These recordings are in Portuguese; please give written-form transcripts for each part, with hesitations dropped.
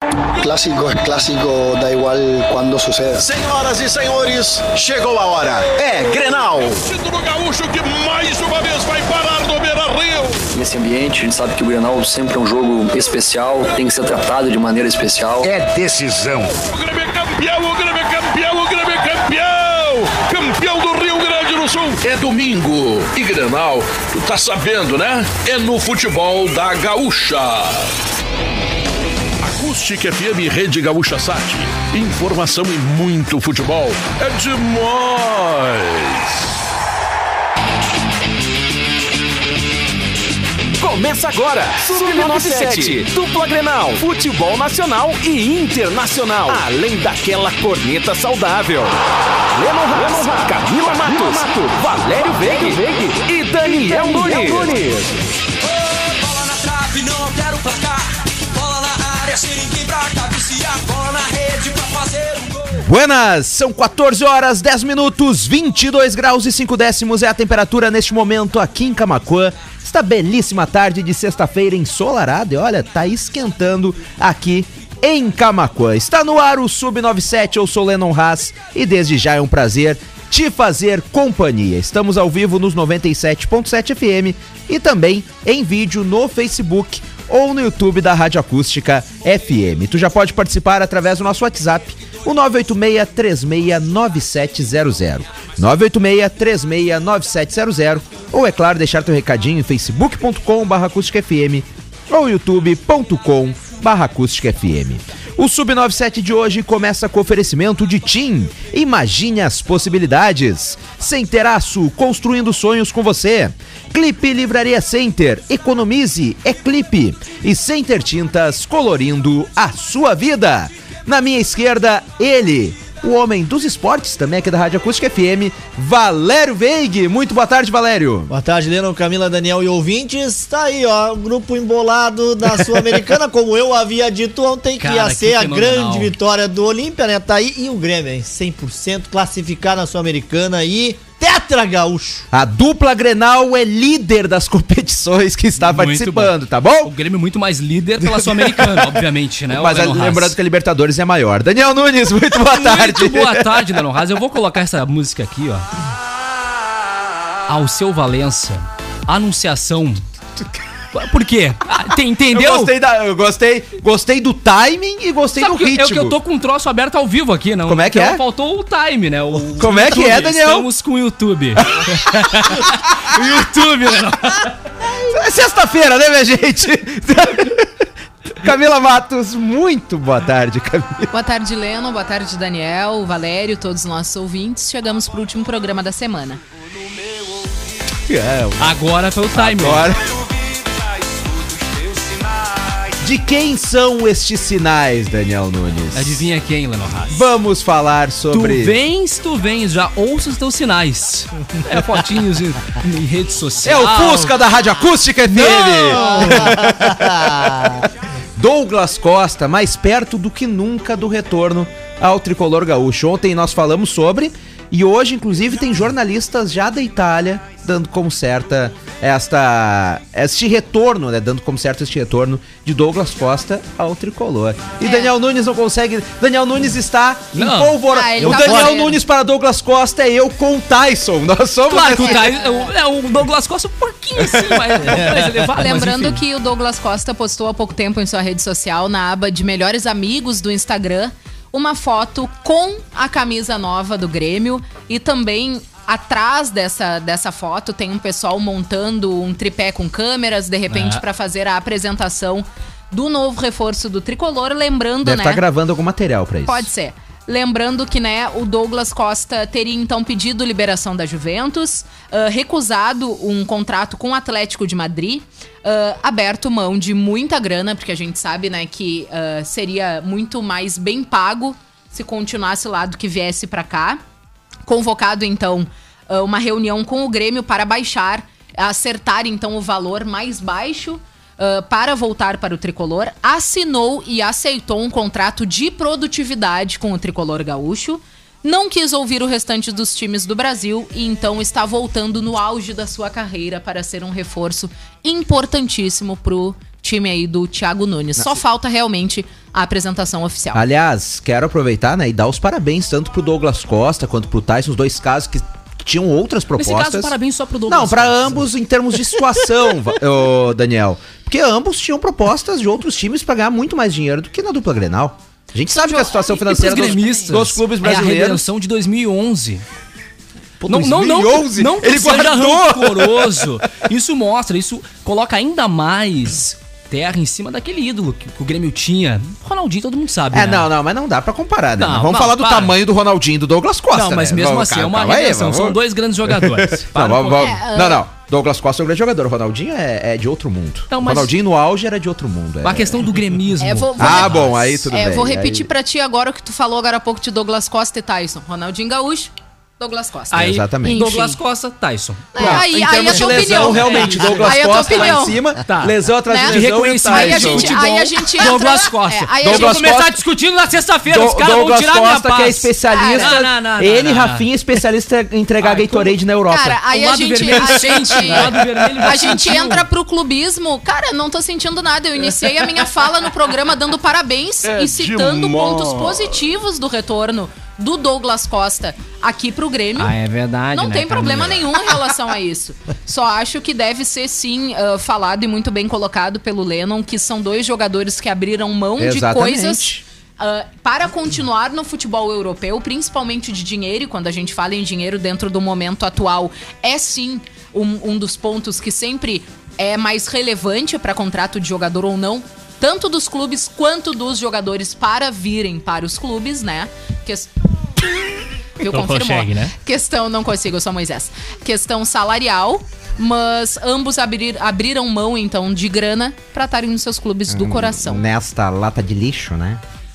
Clásico, da igual quando suceda. Senhoras e senhores, chegou a hora. É Grenal. Título gaúcho que mais uma vez vai parar no Beira-Rio. Nesse ambiente, a gente sabe que o Grenal sempre é um jogo especial, tem que ser tratado de maneira especial. É decisão. O Grêmio é campeão, o Grêmio é campeão, o Grêmio é campeão! Campeão do Rio Grande do Sul. É domingo e Grenal, tu tá sabendo, né? É no futebol da Gaúcha. Acústica FM Rede Gaúcha Sat. Informação e muito futebol. É demais! Começa agora, Sub-97, dupla Grenal, futebol nacional e internacional, além daquela corneta saudável. Lennon Haas, Camila Matos, Valério Veig e Daniel Nunes. Bola na trave, não quero placar. Bola na área, sem ninguém pra cabecear. Bola na rede pra fazer um gol. Buenas, são 14 horas, 10 minutos, 22 graus e 5 décimos é a temperatura neste momento aqui em Camaquã. Esta belíssima tarde de sexta-feira ensolarada e olha, tá esquentando aqui em Camaquã. Está no ar o Sub-97, eu sou Lennon Haas e desde já é um prazer te fazer companhia. Estamos ao vivo nos 97.7 FM e também em vídeo no Facebook ou no YouTube da Rádio Acústica FM. Tu já pode participar através do nosso WhatsApp, o 986-369700. 986-369700. Ou, é claro, deixar teu recadinho em facebook.com/acústicafm ou youtube.com/acústicafm. O Sub-97 de hoje começa com oferecimento de TIM. Imagine as possibilidades. Centeraço, construindo sonhos com você. Clipe Livraria Center, economize, é Clipe. E Center Tintas, colorindo a sua vida. Na minha esquerda, ele, o homem dos esportes, também aqui da Rádio Acústica FM, Valério Veig. Muito boa tarde, Valério. Boa tarde, Lennon, Camila, Daniel e ouvintes. Tá aí, ó, o grupo embolado da Sul-Americana, como eu havia dito ontem, que ia ser a grande vitória do Olímpia, né? Tá aí, e o Grêmio, hein? 100% classificado na Sul-Americana e tetra gaúcho. A dupla Grenal é líder das competições que está participando, tá bom? O Grêmio é muito mais líder pela Sul-Americana, obviamente, né? Mas lembrando que a Libertadores é maior. Daniel Nunes, muito boa tarde. Muito boa tarde, Lennon Haas. Eu vou colocar essa música aqui, ó. Alceu Valença, Anunciação. Por quê? Entendeu? Eu gostei do timing e gostei do ritmo. É que eu tô com um troço aberto ao vivo aqui, não? Como é que então é? Faltou o time, né? Como é que é, Daniel? Estamos com o YouTube. O YouTube, né? É sexta-feira, né, minha gente? Camila Matos, muito boa tarde, Camila. Boa tarde, Lennon, boa tarde, Daniel, Valério, todos os nossos ouvintes. Chegamos pro último programa da semana. Agora foi o time. Agora. De quem são estes sinais, Daniel Nunes? Adivinha quem, Lennon Haas? Vamos falar sobre... Tu vens, já ouça os teus sinais. É fotinhos em rede social. É o Fusca da Rádio Acústica FM. Douglas Costa, mais perto do que nunca do retorno ao tricolor gaúcho. Ontem nós falamos sobre, e hoje, inclusive, tem jornalistas já da Itália dando como certa este retorno, né? Dando como certo este retorno de Douglas Costa ao tricolor. E Daniel Nunes não consegue. Daniel Nunes está em pólvora. O Daniel Nunes para Douglas Costa é eu com o Tyson. Nós somos. Claro que o Tyson, o Douglas Costa um pouquinho assim, mas elevado. Lembrando que o Douglas Costa postou há pouco tempo em sua rede social, na aba de melhores amigos do Instagram, uma foto com a camisa nova do Grêmio e também atrás dessa foto tem um pessoal montando um tripé com câmeras, de repente, para fazer a apresentação do novo reforço do tricolor. Lembrando, Deve estar gravando algum material para isso. Pode ser. Lembrando que, né, o Douglas Costa teria então pedido liberação da Juventus, recusado um contrato com o Atlético de Madrid, aberto mão de muita grana, porque a gente sabe, né, que seria muito mais bem pago se continuasse lá do que viesse para cá. Convocado, então, uma reunião com o Grêmio para acertar, então, o valor mais baixo para voltar para o tricolor. Assinou e aceitou um contrato de produtividade com o tricolor gaúcho. Não quis ouvir o restante dos times do Brasil e, então, está voltando no auge da sua carreira para ser um reforço importantíssimo para o time aí do Thiago Nunes. Só falta realmente a apresentação oficial. Aliás, quero aproveitar, né, e dar os parabéns tanto pro Douglas Costa quanto pro Tyson, os dois casos que tinham outras propostas. Nesse caso, parabéns só pro Douglas Não, pra Costa. ambos em termos de situação, Daniel. Porque ambos tinham propostas de outros times pra ganhar muito mais dinheiro do que na dupla Grenal. A gente sabe que a situação financeira dos clubes É a brasileiros... redenção de 2011. Pô, Não, 2011? não que Ele seja guardou! rancoroso. Isso mostra, isso coloca ainda mais terra em cima daquele ídolo que o Grêmio tinha. Ronaldinho, todo mundo sabe, né? Não, mas não dá pra comparar, né? Não, Vamos falar do para. tamanho do Ronaldinho e do Douglas Costa, Não, mas né? mesmo Vamos, assim é uma calma aí, redenção. vamos. São dois grandes jogadores. Não. Douglas Costa é um grande jogador. O Ronaldinho é de outro mundo. Então, O mas- Ronaldinho no auge era de outro mundo. A questão do gremismo. Bom, aí tudo bem. Vou repetir Aí- pra ti agora o que tu falou agora há pouco de Douglas Costa e Tyson. Ronaldinho Gaúcho, Douglas Costa. Aí, Exatamente. Douglas Costa, Tyson. Aí Em é termos a de tua lesão, opinião. realmente, Douglas Aí é a tua Costa lá opinião. em cima, Tá. lesão atrás Né? de De lesão e o reconhecimento Aí a Tyson. gente, aí a gente entra... Douglas Costa. aí a Vamos Douglas gente... começar Costa- discutindo na sexta-feira. Os caras vão Douglas tirar minha Costa, paz. que é especialista. Não, Ele e não. Rafinha, especialista em entregar Gatorade na Europa. Cara, aí O a lado gente, vermelho sente, o lado vermelho a gente sentiu. entra pro clubismo. Cara, não tô sentindo nada. Eu iniciei a minha fala no programa dando parabéns e citando pontos positivos do retorno do Douglas Costa aqui pro Grêmio. É verdade, Não tem problema nenhum em relação a isso. Só acho que deve ser, sim, falado e muito bem colocado pelo Lennon, que são dois jogadores que abriram mão de Exatamente. coisas para continuar no futebol europeu, principalmente de dinheiro. E quando a gente fala em dinheiro dentro do momento atual, é sim um dos pontos que sempre é mais relevante para contrato de jogador ou não, tanto dos clubes quanto dos jogadores para virem para os clubes, né? Viu, Não confirmou. consegue, né? Questão, não consigo, eu sou Moisés. Questão salarial, mas ambos abriram mão, então, de grana para estarem nos seus clubes do coração. Nesta lata de lixo, né?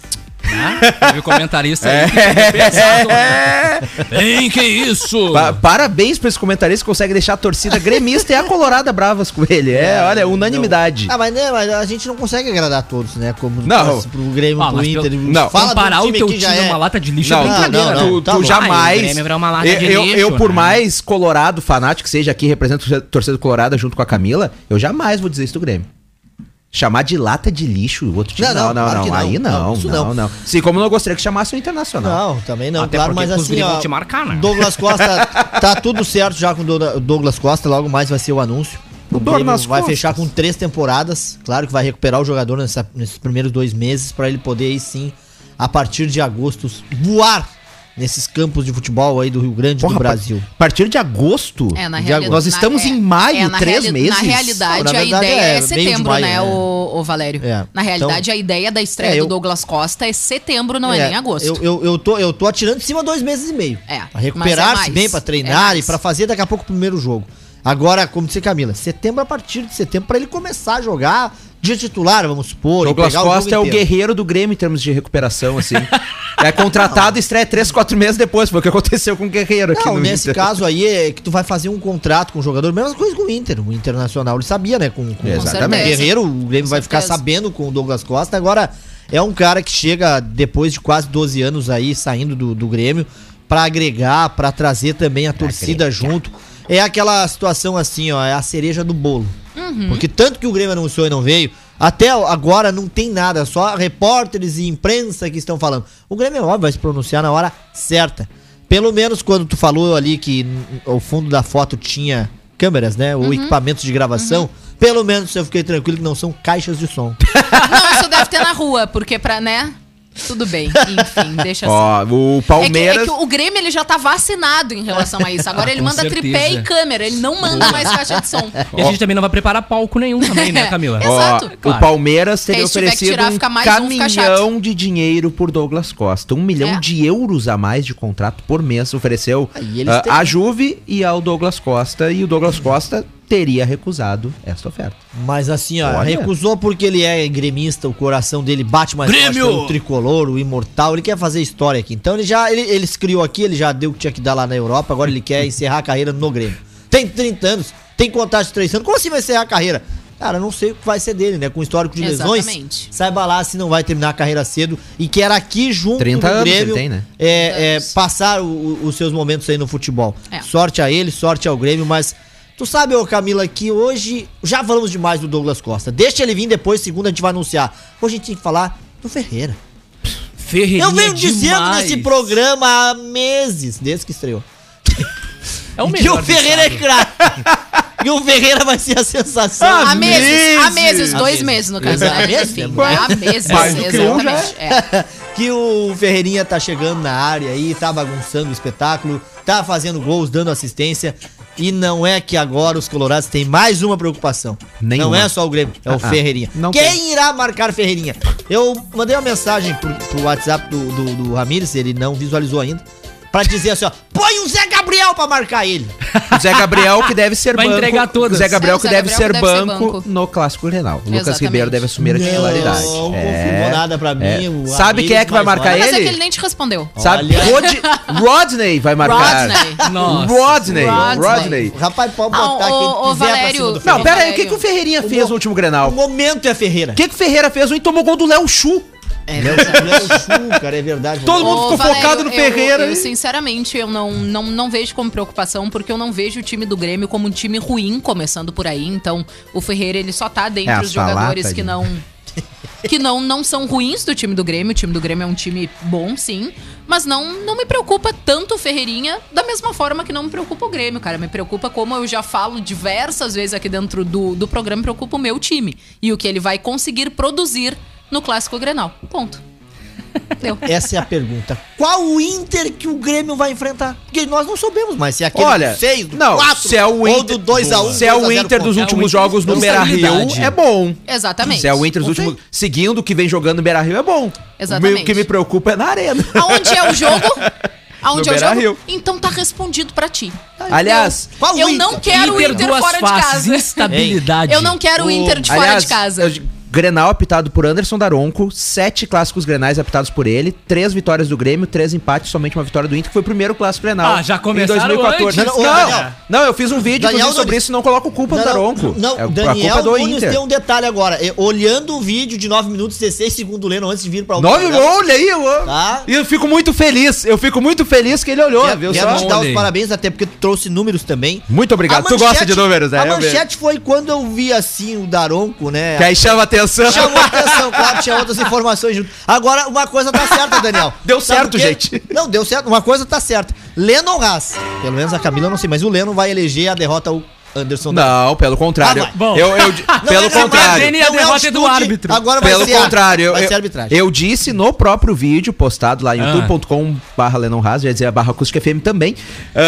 Teve comentarista aí que ficou pesado, né? Hein, que isso? Parabéns pra esse comentarista que consegue deixar a torcida gremista e a colorada bravas com ele. Olha, unanimidade. Ah, mas a gente não consegue agradar todos, né? Como Não. torce pro Grêmio, Ah, pro mas Inter. não. Fala Comparar do o teu que já time é. uma lata de lixo Não, é brincadeira. não, Tu tá bom. Ah, o jamais. Grêmio virou uma lata de eu, lixo, por né? mais colorado, fanático que seja aqui, represento a torcida colorada junto com a Camila, eu jamais vou dizer isso do Grêmio. Chamar de lata de lixo o outro time. Não, Não. claro que não. Aí Não, isso não. Sim, como não gostaria que chamasse o Internacional. Não, também não, Até claro, porque mas os assim, gringos ó, vão te marcar, né? Douglas Costa, tá tudo certo já com o Douglas Costa, logo mais vai ser o anúncio. O Dor Grêmio nas vai costas. fechar com 3 temporadas, claro que vai recuperar o jogador nesses primeiros 2 meses, pra ele poder aí sim, a partir de agosto, voar nesses campos de futebol aí do Rio Grande do Brasil. A partir de agosto, Na de realidade, nós estamos em maio, 3 meses. Na realidade, Não, na a verdade ideia é é meio de setembro, maio, né, né? o Valério? É. Na realidade, Então- a ideia da estreia eu- do Douglas Costa é setembro, não é nem agosto. Eu tô atirando em cima 2 meses e meio. Pra mas recuperar-se é mais. bem, pra É treinar mais. e pra fazer daqui a pouco o primeiro jogo. Agora, como disse a Camila, setembro, a partir de setembro, pra ele começar a jogar de titular, vamos supor. e Douglas pegar o Costa é jogo o inteiro. guerreiro do Grêmio em termos de recuperação, assim. É contratado e estreia 3, 4 meses depois. Foi o que aconteceu com o Guerreiro aqui Não, no nesse Inter. caso aí é que tu vai fazer um contrato com o jogador, mesma coisa com o Inter, o Internacional, ele sabia, né, com Exatamente. o Guerreiro, o Grêmio vai ficar sabendo com o Douglas Costa, agora é um cara que chega depois de quase 12 anos aí, saindo do Grêmio, pra agregar, pra trazer também a torcida junto, é aquela situação assim, ó, é a cereja do bolo, porque tanto que o Grêmio anunciou e não veio, até agora não tem nada, só repórteres e imprensa que estão falando. O Grêmio, óbvio, vai se pronunciar na hora certa. Pelo menos quando tu falou ali que o fundo da foto tinha câmeras, né? Ou equipamentos de gravação. Pelo menos eu fiquei tranquilo que não são caixas de som. Não, isso deve ter na rua, porque né? Tudo bem, enfim, deixa assim. Ó, o Palmeiras... É que o Grêmio, ele já tá vacinado em relação a isso. Agora ele Com manda certeza. tripé e câmera, ele não manda mais caixa de som. E a gente também não vai preparar palco nenhum também, né, Camila? Exato. Ó, o Palmeiras teria Aí, se tiver que oferecido tirar, um fica mais um, fica chato. caminhão de dinheiro por Douglas Costa. 1 milhão de euros a mais de contrato por mês ofereceu Aí eles têm- a Juve e ao Douglas Costa. E o Douglas Costa teria recusado esta oferta. Mas assim, ó, Olha. recusou porque ele é gremista, o coração dele bate mais forte Grêmio! pelo tricolor, o imortal, ele quer fazer história aqui. Então ele se criou aqui, ele já deu o que tinha que dar lá na Europa, agora ele quer encerrar a carreira no Grêmio. Tem 30 anos, tem contrato de 3 anos, como assim vai encerrar a carreira? Cara, não sei o que vai ser dele, né? Com histórico de lesões, Exatamente. saiba lá se não vai terminar a carreira cedo e quer aqui junto 30 do anos Grêmio ele tem, né? passar os seus momentos aí no futebol. É. Sorte a ele, sorte ao Grêmio, mas Tu sabe, ô Camila, que hoje já falamos demais do Douglas Costa. Deixa ele vir depois, segunda a gente vai anunciar. Hoje a gente tem que falar do Ferreira. Ferreirinha Eu venho dizendo demais. nesse programa há meses, desde que estreou. É o Que melhor o Ferreira é craque. E o Ferreira vai ser a sensação. Há meses, 2 meses no caso, né? Meses? Enfim, há meses, Mais do que um já exatamente. Que o Ferreirinha tá chegando na área aí, tá bagunçando o espetáculo, tá fazendo gols, dando assistência. E não é que agora os colorados têm mais uma preocupação. Nenhuma. Não é só o Grêmio, é o Ferreirinha. não Quem tem. irá marcar Ferreirinha? Eu mandei uma mensagem pro WhatsApp do Ramires, ele não visualizou ainda, pra dizer assim, ó, põe o Zé Gabriel pra marcar ele. O Zé Gabriel que deve ser Vai banco. entregar todas. O Zé Gabriel É, o que Zé deve Gabriel ser deve ser banco banco. no Clássico Grenal. O Lucas Exatamente. Ribeiro deve assumir a titularidade. Não confirmou nada pra mim. o Sabe Ramires, quem é que vai mas marcar olha- Mas é ele? que ele nem te respondeu. Sabe? Olha. Rodney vai marcar. Rodney. Nossa. Rodney. O rapaz pode Ah, botar quem o quiser pra Valério- cima do Não, Ferreira. pera aí, o que o Ferreirinha fez no último Grenal? O momento é Ferreira. O que o Ferreira fez? Ele tomou gol do Léo Chu. Léo Chu, cara, é verdade. Todo mundo ficou Valério, focado no Ferreira. Eu, sinceramente, eu não vejo como preocupação, porque eu não vejo o time do Grêmio como um time ruim, começando por aí. Então, o Ferreira, ele só tá dentre É, os a salata, jogadores que gente. não são ruins do time do Grêmio. O time do Grêmio é um time bom, sim. Mas não me preocupa tanto o Ferreirinha, da mesma forma que não me preocupa o Grêmio, cara. Me preocupa, como eu já falo diversas vezes aqui dentro do programa, me preocupa o meu time. E o que ele vai conseguir produzir no Clássico Grenal. Ponto. Deu. Essa é a pergunta. Qual o Inter que o Grêmio vai enfrentar? Porque nós não soubemos, mas se é aquele Olha, do 6, do não, 4, se é o ou Inter, do 2x1. se é o Inter dos últimos jogos no com Beira-Rio, estabilidade. é bom. Exatamente. Se é o Inter dos últimos, seguindo o que vem jogando no Beira-Rio, é bom. Exatamente. O que me preocupa é na arena. Aonde é o jogo? Aonde No é o jogo? Beira-Rio. Então tá respondido pra ti. Aliás, Qual Eu o não Inter? quero o Inter duas fora de faces, casa. instabilidade. Eu não quero o Inter de fora aliás, de casa. Grenal apitado por Anderson Daronco, 7 clássicos grenais apitados por ele, 3 vitórias do Grêmio, 3 empates, somente uma vitória do Inter, que foi o primeiro clássico grenal. Ah, já começaram em 2014. antes, Não, eu fiz um vídeo Daniel inclusive, sobre Nunes. isso, não coloco culpa do Daronco. Não, a Daniel culpa é do Nunes Inter. tem um detalhe agora. Olhando o vídeo de 9 minutos e 16 segundos, Leno, antes de vir pra Olha aí, Tá. E eu fico muito feliz que ele olhou, viu Quero só? te dar os Olhei. parabéns, até porque tu trouxe números também. Muito obrigado, A tu gosta de números, né? A Eu manchete foi quando eu vi assim o Daronco, né? Que aí chama atenção. Chamou a atenção, claro, tinha outras informações junto. Agora, uma coisa tá certa, Daniel. Deu Sabe certo, por quê? gente. Não, deu certo. Uma coisa tá certa. Leno Haas, pelo menos a Camila eu não sei, mas o Leno vai eleger a derrota ao Anderson. Não, pelo contrário. Ah, vai. Bom. Pelo contrário. E a derrota é do árbitro. Agora vai Pelo ser contrário, vai ser arbitragem. eu disse no próprio vídeo postado lá em youtube.com/Lennon Haas, ia dizer a barra acústica FM também,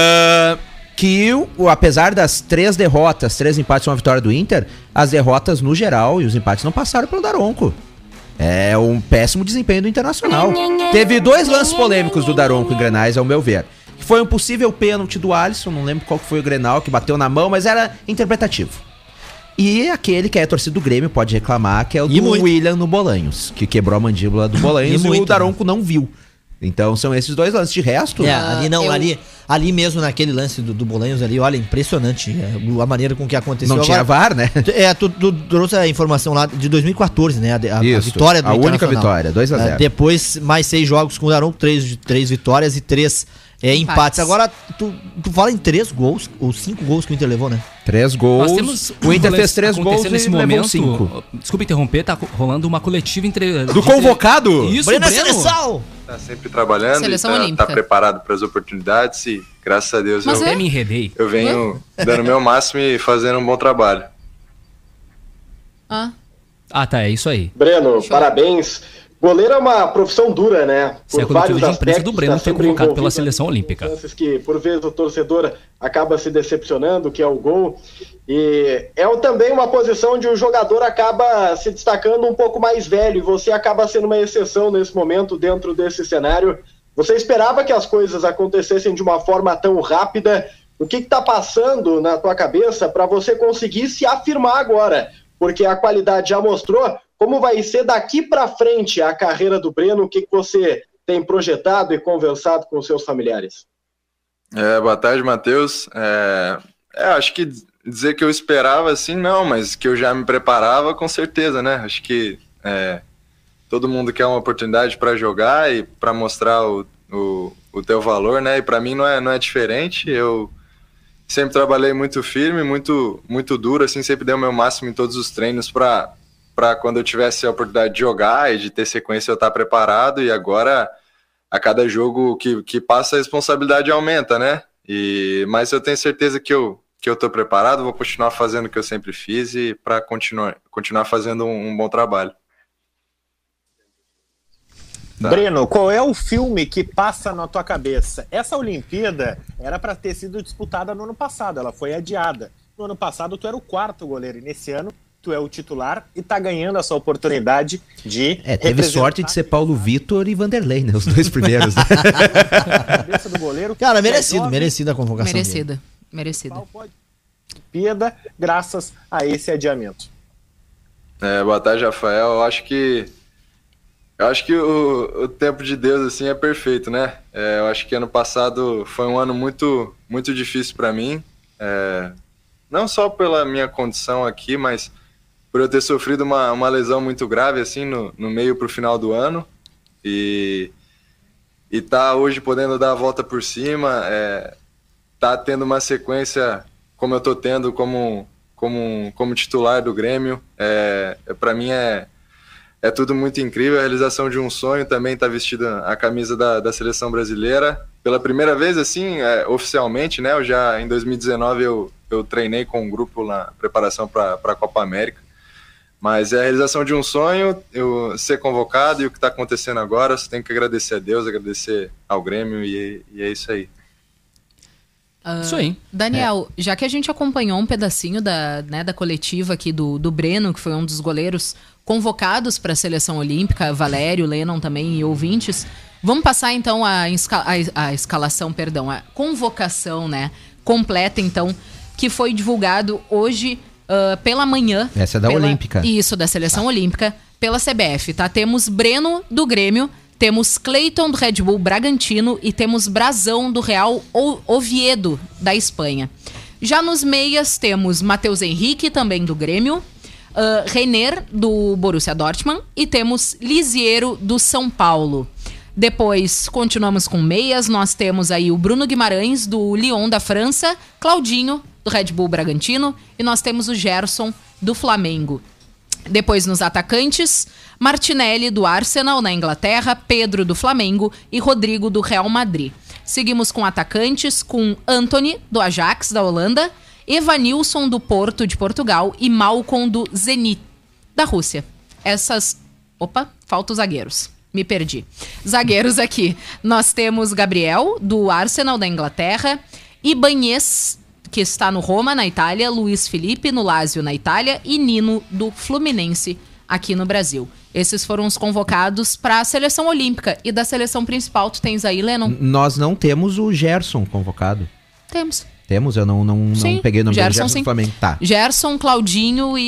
que apesar das 3 derrotas, 3 empates e uma vitória do Inter, as derrotas no geral e os empates não passaram pelo Daronco. É um péssimo desempenho do Internacional. Teve 2 lances polêmicos do Daronco em Grenais, ao meu ver. Que foi um possível pênalti do Alisson, não lembro qual que foi o Grenal, que bateu na mão, mas era interpretativo. E aquele que é torcida do Grêmio pode reclamar, que é o do William no Bolanhos, que quebrou a mandíbula do Bolanhos e o Daronco não viu. Então são esses 2 lances. De resto... ali não, ali mesmo naquele lance do Bolanhos ali, olha, impressionante a maneira com que aconteceu. Não tinha VAR, né? Tu trouxe a informação lá de 2014, né? A Isso, vitória do a única Internacional. vitória, 2-0. Depois, mais 6 jogos com o Daronco, 3 vitórias e 3 empates. Agora, tu fala em 3 gols, ou 5 gols que o Inter levou, né? 3 gols. Nós temos O Inter fez 3 gols acontecendo nesse e levou momento. 5. Desculpa interromper, tá rolando uma coletiva entre. Do convocado? Isso, Breno é Breno. seleção! Tá sempre trabalhando, Seleção e olímpica. tá preparado para as oportunidades e, graças a Deus, Mas eu Até me enredei. venho dando o meu máximo e fazendo um bom trabalho. Ah, Ah, tá, é isso aí. Breno, Show. parabéns. Goleiro é uma profissão dura, né? Essa é a coletiva de imprensa do Breno, que foi convocado pela seleção olímpica. Que por vezes o torcedor acaba se decepcionando, que é o gol. E é também uma posição onde o jogador acaba se destacando um pouco mais velho, e você acaba sendo uma exceção nesse momento dentro desse cenário. Você esperava que as coisas acontecessem de uma forma tão rápida? O que está passando na tua cabeça para você conseguir se afirmar agora? Porque a qualidade já mostrou. Como vai ser daqui para frente a carreira do Breno? O que você tem projetado e conversado com os seus familiares? Boa tarde, Matheus. Acho que dizer que eu esperava, assim, não, mas que eu já me preparava, com certeza, né? Acho que todo mundo quer uma oportunidade para jogar e para mostrar o teu valor, né? E para mim não é diferente. Eu sempre trabalhei muito firme, muito, muito duro, assim, sempre dei o meu máximo em todos os treinos para quando eu tivesse a oportunidade de jogar e de ter sequência eu estar preparado, e agora a cada jogo que passa a responsabilidade aumenta, né? Mas eu tenho certeza que eu estou preparado, vou continuar fazendo o que eu sempre fiz e para continuar fazendo um bom trabalho. Tá. Breno, qual é o filme que passa na tua cabeça? Essa Olimpíada era para ter sido disputada no ano passado, ela foi adiada. No ano passado tu era o 4º goleiro e nesse ano tu é o titular e tá ganhando essa oportunidade de teve sorte de ser Paulo Vitor e Vanderlei, né? Os 2 primeiros. Né? Cabeça do goleiro. Cara, merecida a convocação. Merecida. Olimpíada, graças a esse adiamento. Boa tarde, Rafael. Eu acho que o tempo de Deus assim é perfeito, né? Eu acho que ano passado foi um ano muito, muito difícil para mim, não só pela minha condição aqui, mas por eu ter sofrido uma lesão muito grave assim no meio pro final do ano e tá hoje podendo dar a volta por cima, tá tendo uma sequência como eu tô tendo como titular do Grêmio, para mim é tudo muito incrível, a realização de um sonho também estar vestido a camisa da seleção brasileira. Pela primeira vez, assim, oficialmente, né? Em 2019 eu treinei com um grupo na preparação para a Copa América. Mas é a realização de um sonho, eu ser convocado, e o que está acontecendo agora, você tem que agradecer a Deus, agradecer ao Grêmio, e é isso aí. Isso aí. Daniel, já que a gente acompanhou um pedacinho da coletiva aqui do Breno, que foi um dos goleiros convocados para a seleção olímpica, Valério, Lennon também e ouvintes, vamos passar então a escalação, a convocação, né, completa então, que foi divulgado hoje pela manhã. Essa é da Olímpica. Isso, da seleção olímpica, pela CBF, tá? Temos Breno do Grêmio, temos Cleiton do Red Bull Bragantino e temos Brazão do Real Oviedo da Espanha. Já nos meias temos Matheus Henrique, também do Grêmio, Reiner do Borussia Dortmund e temos Lisiero do São Paulo. Depois continuamos com meias, nós temos aí o Bruno Guimarães do Lyon da França, Claudinho do Red Bull Bragantino e nós temos o Gerson do Flamengo. Depois nos atacantes, Martinelli do Arsenal na Inglaterra, Pedro do Flamengo e Rodrigo do Real Madrid. Seguimos com atacantes com Antony do Ajax da Holanda, Evanilson do Porto de Portugal e Malcom do Zenit da Rússia. Falta os zagueiros. Me perdi. Zagueiros aqui. Nós temos Gabriel do Arsenal da Inglaterra, Ibanez, que está no Roma, na Itália, Luiz Felipe no Lazio, na Itália, e Nino do Fluminense, aqui no Brasil. Esses foram os convocados para a seleção olímpica. E da seleção principal, tu tens aí, Lennon? Nós não temos o Gerson convocado. Temos? Eu não peguei o nome Gerson, do Gerson do Flamengo. Tá. Gerson, Claudinho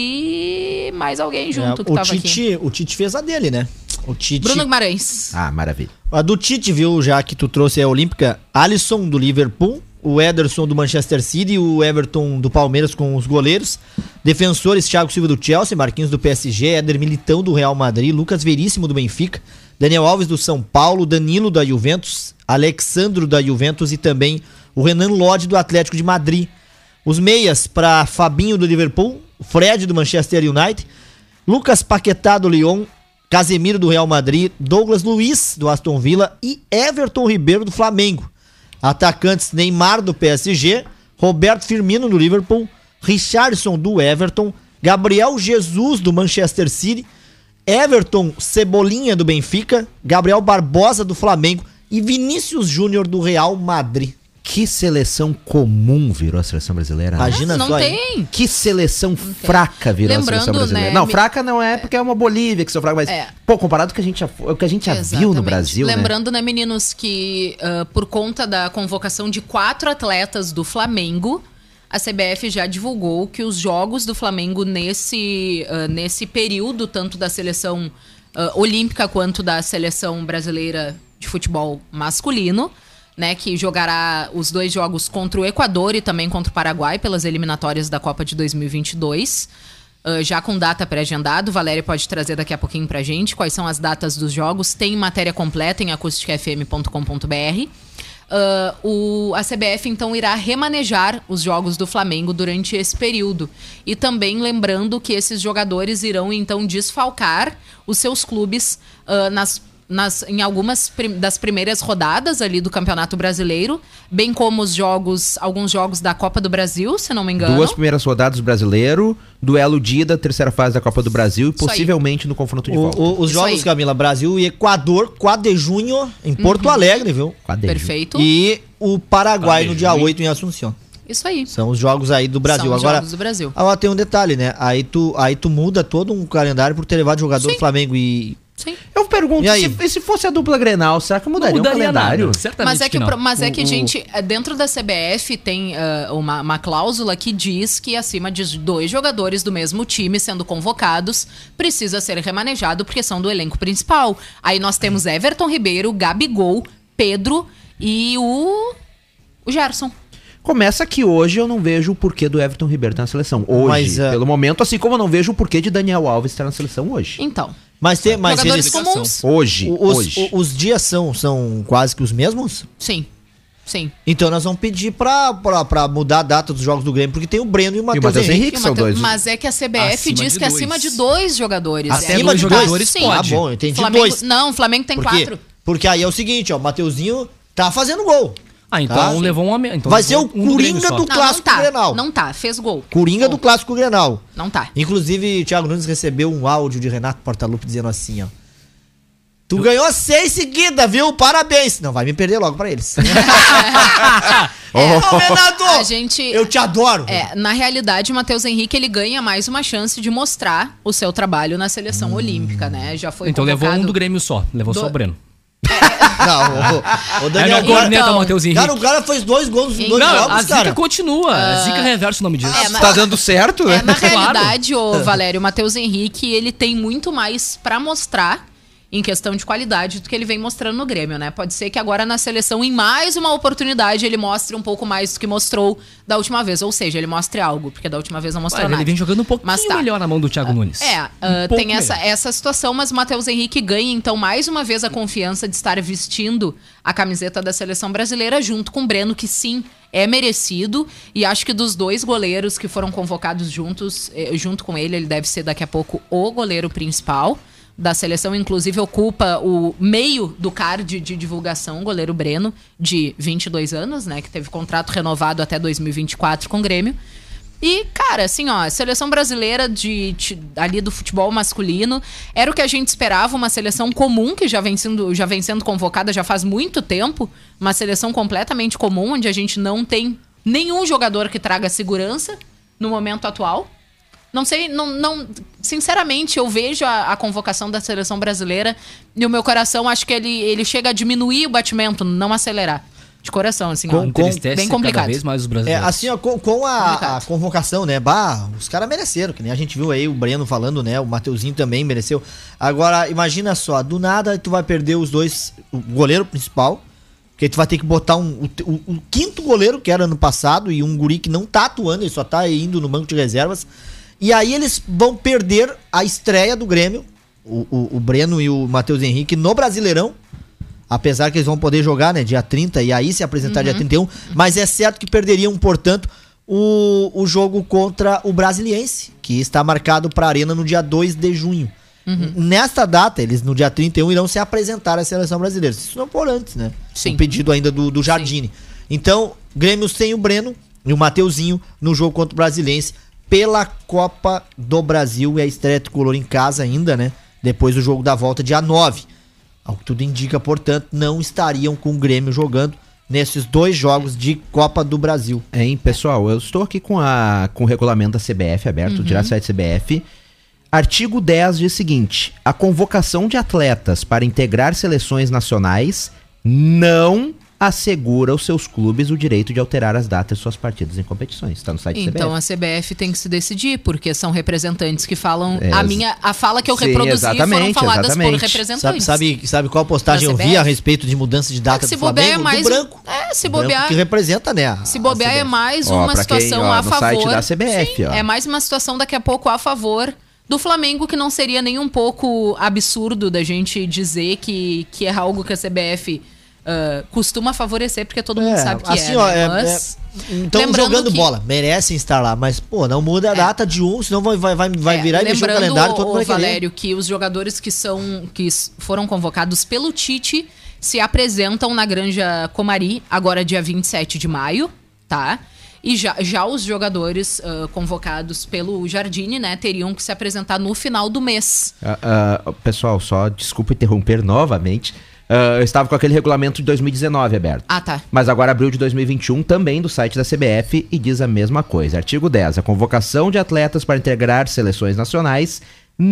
e mais alguém junto que tava aqui. O Tite fez a dele, né? O Tite... Bruno Guimarães. Ah, maravilha. A do Tite, viu, já que tu trouxe a Olímpica, Alisson do Liverpool, o Ederson do Manchester City e o Everton do Palmeiras com os goleiros. Defensores, Thiago Silva do Chelsea, Marquinhos do PSG, Éder Militão do Real Madrid, Lucas Veríssimo do Benfica, Daniel Alves do São Paulo, Danilo da Juventus, Alexandro da Juventus e também o Renan Lodge do Atlético de Madrid. Os meias para Fabinho do Liverpool, Fred do Manchester United, Lucas Paquetá do Lyon, Casemiro do Real Madrid, Douglas Luiz do Aston Villa e Everton Ribeiro do Flamengo. Atacantes Neymar do PSG, Roberto Firmino do Liverpool, Richarlison do Everton, Gabriel Jesus do Manchester City, Everton Cebolinha do Benfica, Gabriel Barbosa do Flamengo e Vinícius Júnior do Real Madrid. Que seleção comum virou a seleção brasileira. Imagina não só. Tem. Que seleção fraca virou a seleção brasileira. Né, não, fraca não é porque é uma Bolívia que são fracas, mas comparado com o que a gente já viu no Brasil, Lembrando, né, meninos, que por conta da convocação de 4 atletas do Flamengo, a CBF já divulgou que os jogos do Flamengo nesse período, tanto da seleção olímpica quanto da seleção brasileira de futebol masculino, né, que jogará os 2 jogos contra o Equador e também contra o Paraguai pelas eliminatórias da Copa de 2022, já com data pré-agendada. O Valério pode trazer daqui a pouquinho pra gente quais são as datas dos jogos. Tem matéria completa em acusticfm.com.br. a CBF então irá remanejar os jogos do Flamengo durante esse período. E também lembrando que esses jogadores irão então desfalcar os seus clubes em algumas das primeiras rodadas ali do Campeonato Brasileiro, bem como alguns jogos da Copa do Brasil, se não me engano. 2 primeiras rodadas do Brasileiro, duelo de ida, terceira fase da Copa do Brasil e possivelmente no confronto de volta. Os jogos, Camila, Brasil e Equador, 4 de junho, em Porto Alegre, viu? Perfeito. E o Paraguai no dia 8 em Assunção. Isso aí. São os jogos aí do Brasil. São os jogos do Brasil. Agora tem um detalhe, né? Aí tu muda todo um calendário por ter levado jogador do Flamengo e... Sim. Eu pergunto, se fosse a dupla Grenal, será que mudaria o calendário? Nada, certamente mas é que gente, dentro da CBF tem uma cláusula que diz que acima de 2 jogadores do mesmo time sendo convocados, precisa ser remanejado porque são do elenco principal. Aí nós temos Everton Ribeiro, Gabigol, Pedro e o Gerson. Começa que hoje eu não vejo o porquê do Everton Ribeiro estar na seleção. Hoje, pelo momento, assim como eu não vejo o porquê de Daniel Alves estar na seleção hoje. Então... Mas jogadores comuns. Hoje. Os dias são quase que os mesmos? Sim. Então nós vamos pedir pra mudar a data dos jogos do Grêmio, porque tem o Breno e o Matheus Henrique. São dois. Mas é que a CBF diz que acima de 2 jogadores. Acima de 2 jogadores sim. Pode. Ah, bom, eu entendi Flamengo, 2. Não, o Flamengo tem 4. Porque aí é o seguinte, ó, o Mateuzinho tá fazendo gol. Então levou um... Então vai ser o Coringa do Clássico Grenal. Não tá, fez gol. Coringa do Clássico Grenal. Não tá. Inclusive, o Thiago Nunes recebeu um áudio de Renato Portaluppi dizendo assim, ó. Tu ganhou 6 seguidas, viu? Parabéns. Não, vai me perder logo pra eles. Renato! Eu te adoro. Na realidade, o Matheus Henrique, ele ganha mais uma chance de mostrar o seu trabalho na seleção olímpica, né? Já foi Então levou um do Grêmio só. Levou só o Breno. Não, o Daniel Matheus Henrique. Cara, o cara fez 2 gols em 2 jogos, a zica continua. A zica reversa o nome disso. Tá dando certo, né? Na realidade, Valério, o Matheus Henrique, ele tem muito mais pra mostrar em questão de qualidade do que ele vem mostrando no Grêmio, né? Pode ser que agora na seleção, em mais uma oportunidade, ele mostre um pouco mais do que mostrou da última vez. Ou seja, ele mostre algo, porque da última vez não mostrou nada. Ele vem jogando um pouquinho melhor na mão do Thiago Nunes. Tem essa situação, mas o Matheus Henrique ganha, então, mais uma vez a confiança de estar vestindo a camiseta da seleção brasileira junto com o Breno, que sim, é merecido. E acho que dos 2 goleiros que foram convocados junto com ele deve ser daqui a pouco o goleiro principal da seleção, inclusive ocupa o meio do card de divulgação, o goleiro Breno, de 22 anos, né, que teve contrato renovado até 2024 com o Grêmio. E, cara, assim, ó, a seleção brasileira ali do futebol masculino era o que a gente esperava, uma seleção comum que já vem sendo convocada já faz muito tempo, uma seleção completamente comum, onde a gente não tem nenhum jogador que traga segurança no momento atual. Não sei, sinceramente, eu vejo a convocação da seleção brasileira e o meu coração, acho que ele chega a diminuir o batimento, não acelerar. De coração, assim, bem complicado. Cada vez mais os brasileiros. Assim, ó, com a convocação, né? Os caras mereceram, que nem a gente viu aí o Breno falando, né? O Mateuzinho também mereceu. Agora, imagina só, do nada tu vai perder os 2, o goleiro principal, porque tu vai ter que botar o 5º goleiro, que era ano passado, e um guri que não tá atuando, ele só tá indo no banco de reservas. E aí eles vão perder a estreia do Grêmio, o Breno e o Matheus Henrique, no Brasileirão. Apesar que eles vão poder jogar, né, dia 30 e aí se apresentar dia 31. Mas é certo que perderiam, portanto, o jogo contra o Brasiliense, que está marcado para a Arena no dia 2 de junho. Nesta data, eles no dia 31 irão se apresentar à seleção brasileira. Isso não for antes, né? Sim. O pedido ainda do Jardine. Então, Grêmio sem o Breno e o Mateuzinho no jogo contra o Brasiliense pela Copa do Brasil e a estreia tricolor em casa ainda, né? Depois do jogo da volta, dia 9. Ao que tudo indica, portanto, não estariam com o Grêmio jogando nesses 2 jogos de Copa do Brasil. Hein, pessoal, eu estou aqui com o regulamento da CBF aberto, direto do site CBF. Artigo 10 diz o seguinte: a convocação de atletas para integrar seleções nacionais não assegura aos seus clubes o direito de alterar as datas de suas partidas em competições. Está no site CBF. Então a CBF tem que se decidir, porque são representantes que falam... A fala que eu reproduzi foram faladas por representantes. Sabe qual postagem eu vi a respeito de mudança de data do Flamengo? Do branco. Se bobear... que representa, né? Se bobear é mais uma situação a favor... No site da CBF, sim, é mais uma situação daqui a pouco a favor do Flamengo, que não seria nem um pouco absurdo da gente dizer que é algo que a CBF... costuma favorecer, porque todo mundo sabe que assim, mas... Então jogando bola, merecem estar lá, mas pô, não muda a data de senão vai virar e mexer o calendário todo mundo vai querer. Valério, que os jogadores que foram convocados pelo Tite se apresentam na Granja Comari, agora dia 27 de maio, tá? E já os jogadores convocados pelo Jardine, né, teriam que se apresentar no final do mês. Pessoal, só desculpa interromper novamente. Eu estava com aquele regulamento de 2019 aberto. Ah, tá. Mas agora abriu de 2021 também do site da CBF e diz a mesma coisa. Artigo 10. A convocação de atletas para integrar seleções nacionais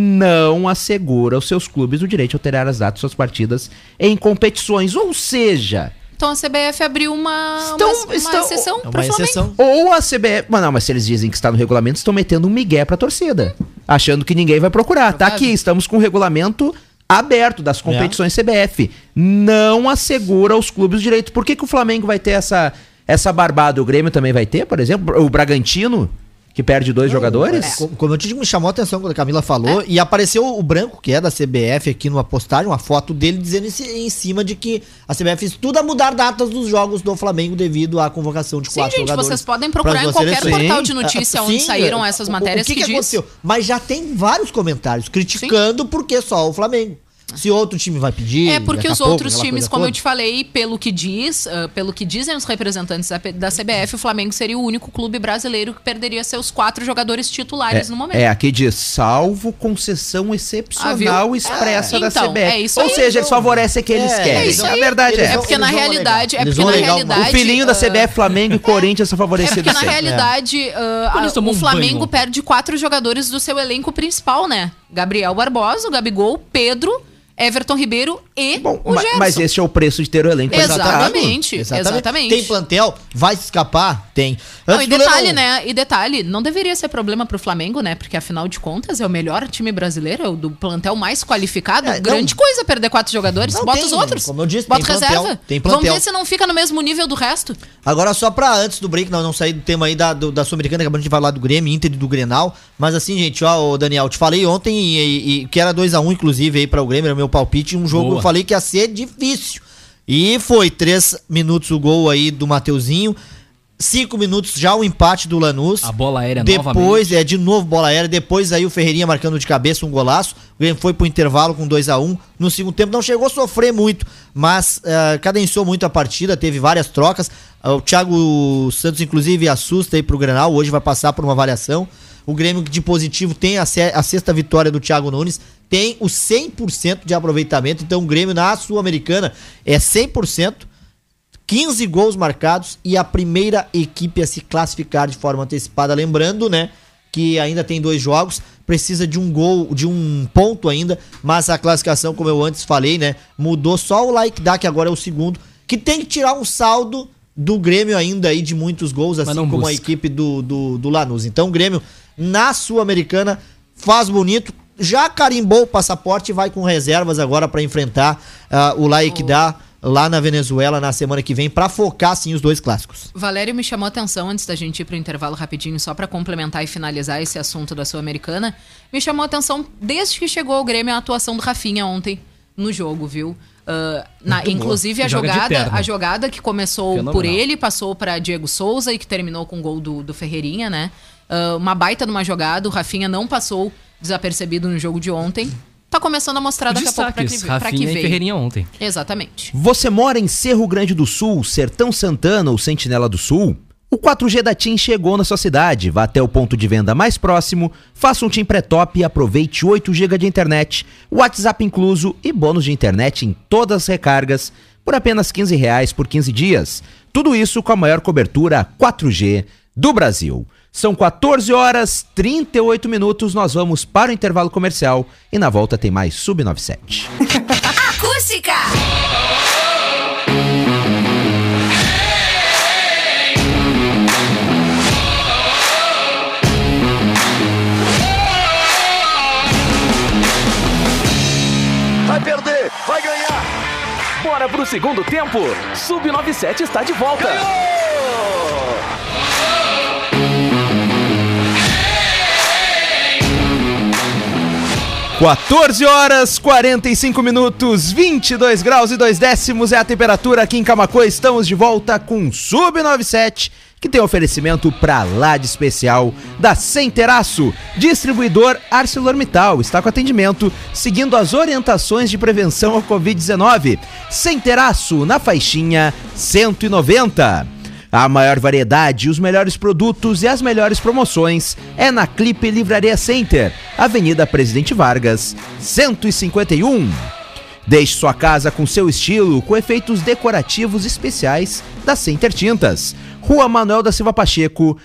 não assegura aos seus clubes o direito de alterar as datas de suas partidas em competições. Ou seja... Então a CBF abriu uma exceção para o Flamengo. Ou a CBF... Mas se eles dizem que está no regulamento, estão metendo um migué para a torcida. Achando que ninguém vai procurar. Tá aqui, estamos com o regulamento aberto das competições CBF. Não assegura aos clubes o direito. Por que o Flamengo vai ter essa barbada? O Grêmio também vai ter, por exemplo? O Bragantino, que perde 2 jogadores? Como eu te digo, me chamou a atenção quando a Camila falou, e apareceu o Branco, que é da CBF, aqui numa postagem, uma foto dele dizendo em cima de que a CBF estuda mudar datas dos jogos do Flamengo devido à convocação de 4 jogadores. Vocês podem procurar em qualquer portal de notícia onde saíram essas matérias que aconteceu. Mas já tem vários comentários criticando porque só o Flamengo. Se outro time vai pedir... É porque os outros times, como eu te falei, pelo que dizem os representantes da CBF, o Flamengo seria o único clube brasileiro que perderia seus 4 jogadores titulares no momento. Aqui diz, salvo concessão excepcional expressa da CBF. É isso Ou seja, eles favorecem quem eles querem. É isso aí. A verdade é porque na realidade... O filhinho da CBF, Flamengo e Corinthians são favorecidos. É porque na realidade o Flamengo perde 4 jogadores do seu elenco principal, né? Gabriel Barbosa, o Gabigol, Pedro... Everton Ribeiro e o Gerson. Mas esse é o preço de ter o elenco. Exatamente. Tem plantel? Vai se escapar? Tem. Não, e detalhe, não deveria ser problema pro Flamengo, né? Porque afinal de contas é o melhor time brasileiro, é o do plantel mais qualificado. Grande coisa perder 4 jogadores. Bota os outros. Como eu disse, bota reserva. Tem plantel. Vamos ver se não fica no mesmo nível do resto. Agora, só pra antes do break, não sair do tema aí da Sul-Americana, acabamos de falar do Grêmio, Inter e do Grenal. Mas assim, gente, Daniel, te falei ontem e que era 2-1, inclusive, aí pra o Grêmio, era o meu palpite, um jogo eu falei que ia ser difícil. E foi 3 minutos o gol aí do Mateuzinho, 5 minutos já o empate do Lanús. A bola aérea depois, de novo bola aérea, depois aí o Ferreirinha marcando de cabeça um golaço. O Grêmio foi pro intervalo com 2-1. No segundo tempo não chegou a sofrer muito, mas cadenciou muito a partida, teve várias trocas. O Thiago Santos inclusive assusta aí pro Grenal, hoje vai passar por uma avaliação. O Grêmio de positivo tem a 6ª vitória do Thiago Nunes, tem o 100% de aproveitamento, então o Grêmio na Sul-Americana é 100%, 15 gols marcados e a primeira equipe a se classificar de forma antecipada, lembrando, né, que ainda tem 2 jogos, precisa de um gol, de um ponto ainda, mas a classificação, como eu antes falei, né, mudou só o Laikda, que agora é o segundo, que tem que tirar um saldo do Grêmio ainda aí de muitos gols, assim como a equipe do Lanús. Então o Grêmio na Sul-Americana faz bonito, já carimbou o passaporte e vai com reservas agora para enfrentar o Laikda lá na Venezuela na semana que vem, para focar sim os 2 clássicos. Valério me chamou a atenção antes da gente ir pro intervalo rapidinho, só para complementar e finalizar esse assunto da Sul-Americana. Me chamou a atenção desde que chegou ao Grêmio a atuação do Rafinha ontem no jogo, viu? Inclusive a jogada que começou por ele, passou para Diego Souza e que terminou com o gol do Ferreirinha, né? Uma baita numa jogada, o Rafinha não passou desapercebido no jogo de ontem. Tá começando a mostrar daqui a pouco pra que veio. E Ferreirinha ontem. Exatamente. Você mora em Cerro Grande do Sul, Sertão Santana ou Sentinela do Sul? O 4G da TIM chegou na sua cidade. Vá até o ponto de venda mais próximo, faça um TIM pré-top e aproveite 8 GB de internet, WhatsApp incluso e bônus de internet em todas as recargas por apenas R$15 por 15 dias. Tudo isso com a maior cobertura 4G do Brasil. São 14h38, nós vamos para o intervalo comercial e na volta tem mais Sub-97. Acústica! Vai perder, vai ganhar! Bora pro segundo tempo! Sub-97 está de volta! Ganhou! 14 horas, 45 minutos, 22 graus e 2 décimos é a temperatura aqui em Camaquã. Estamos de volta com Sub97, que tem oferecimento pra lá de especial da Sem Terraço, distribuidor ArcelorMittal. Está com atendimento seguindo as orientações de prevenção ao Covid-19. Sem Terraço, na faixinha 190. A maior variedade, os melhores produtos e as melhores promoções é na Clipe Livraria Center, Avenida Presidente Vargas, 151. Deixe sua casa com seu estilo, com efeitos decorativos especiais da Center Tintas. Rua Manuel da Silva Pacheco,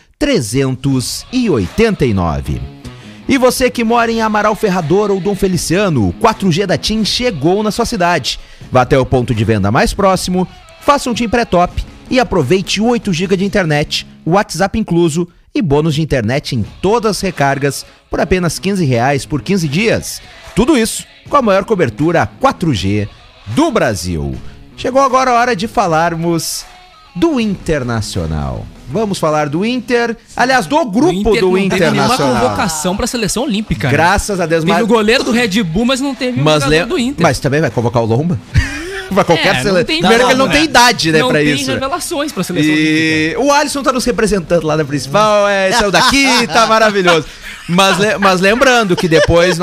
389. E você que mora em Amaral Ferrador ou Dom Feliciano, o 4G da TIM chegou na sua cidade. Vá até o ponto de venda mais próximo, faça um TIM pré-top e aproveite 8 GB de internet, WhatsApp incluso e bônus de internet em todas as recargas por apenas R$15 por 15 dias. Tudo isso com a maior cobertura 4G do Brasil. Chegou agora a hora de falarmos do Internacional. Vamos falar do Inter, aliás, do grupo do Internacional. Não teve nenhuma convocação para a seleção olímpica. Graças a Deus. Teve o goleiro do Red Bull, mas não teve o jogador do Inter. Mas também vai convocar o Lomba? Pra qualquer seleção. Primeiro que ele não tem idade, né, pra isso. Não tem revelações pra seleção olímpica. O Alisson tá nos representando lá na principal, saiu daqui, tá maravilhoso. Mas lembrando que depois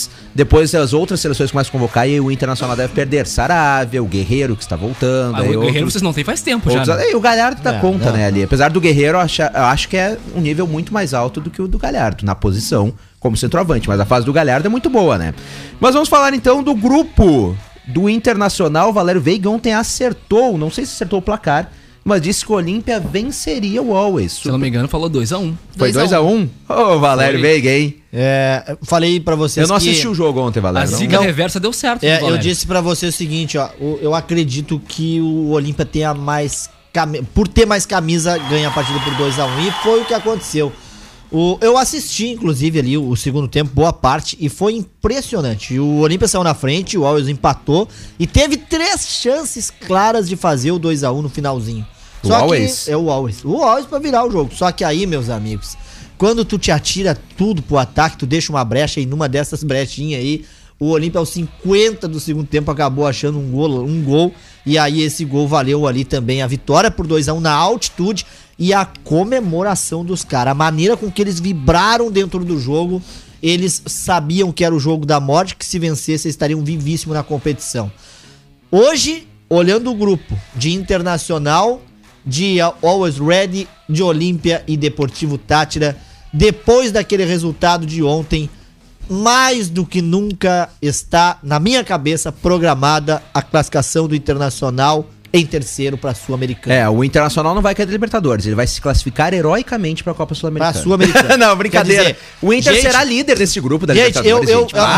as outras seleções começam a convocar e o Internacional deve perder. Saravia, o Guerreiro que está voltando. O Guerreiro vocês não tem faz tempo já. E o Galhardo dá conta, né, ali. Apesar do Guerreiro, eu acho que é um nível muito mais alto do que o do Galhardo, na posição como centroavante. Mas a fase do Galhardo é muito boa, né? Mas vamos falar então do grupo do Internacional. O Valério Veiga ontem acertou, não sei se acertou o placar, mas disse que o Olímpia venceria o Always. Se eu não me engano, falou 2-1. Foi 2-1? Ô, Valério Veiga, hein? Falei pra vocês eu não assisti o jogo ontem, Valério. A ziga reversa deu certo. Eu disse pra vocês o seguinte, ó. Eu acredito que o Olímpia tenha mais... Por ter mais camisa, ganha a partida por 2-1. E foi o que aconteceu. Eu assisti, inclusive, ali o segundo tempo, boa parte, e foi impressionante. O Olímpia saiu na frente, o Always empatou e teve 3 chances claras de fazer o 2-1 no finalzinho. O Always? É o Always. O Always pra virar o jogo. Só que aí, meus amigos, quando tu te atira tudo pro ataque, tu deixa uma brecha e numa dessas brechinhas aí, o Olímpia aos 50 do segundo tempo acabou achando um gol, e aí esse gol valeu ali também a vitória por 2-1 na altitude. E a comemoração dos caras, a maneira com que eles vibraram dentro do jogo, eles sabiam que era o jogo da morte, que se vencesse eles estariam vivíssimos na competição. Hoje, olhando o grupo de Internacional, de Always Ready, de Olímpia e Deportivo Táchira, depois daquele resultado de ontem, mais do que nunca está, na minha cabeça, programada a classificação do Internacional em terceiro para a Sul-Americana. O Internacional não vai cair da Libertadores, ele vai se classificar heroicamente para a Copa Sul-Americana. Para a Sul-Americana. Não, brincadeira. Dizer, o Inter será líder desse grupo da Libertadores.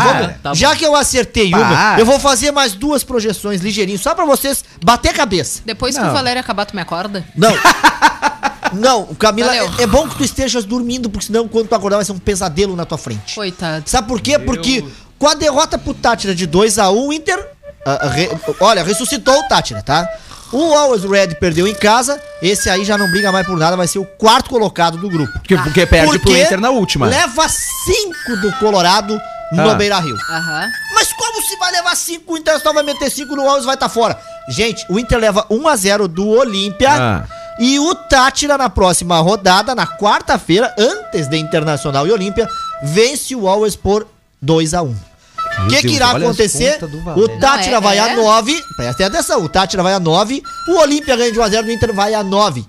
Já que eu acertei uma, eu vou fazer mais 2 projeções ligeirinho, só para vocês bater a cabeça. Depois que o Valério acabar, tu me acorda? Não. Não, Camila, é bom que tu estejas dormindo, porque senão quando tu acordar vai ser um pesadelo na tua frente. Coitado. Sabe por quê? Porque com a derrota pro Táchira de 2-1, o Inter... ressuscitou o Táchira, tá? O Always Red perdeu em casa. Esse aí já não briga mais por nada. Vai ser o 4º colocado do grupo. Porque perde pro Inter na última. Leva 5 do Colorado no Beira-Rio. Mas como se vai levar 5? O Internacional vai meter 5 no Always, vai estar fora. Gente, o Inter leva 1-0 do Olímpia. E o Táchira na próxima rodada, na quarta-feira, antes de Internacional e Olímpia, vence o Always por 2-1. O que irá acontecer? O Táchira vai a 9. Presta atenção, o Táchira vai a 9. O Olímpia ganha de 1-0, o Inter vai a 9.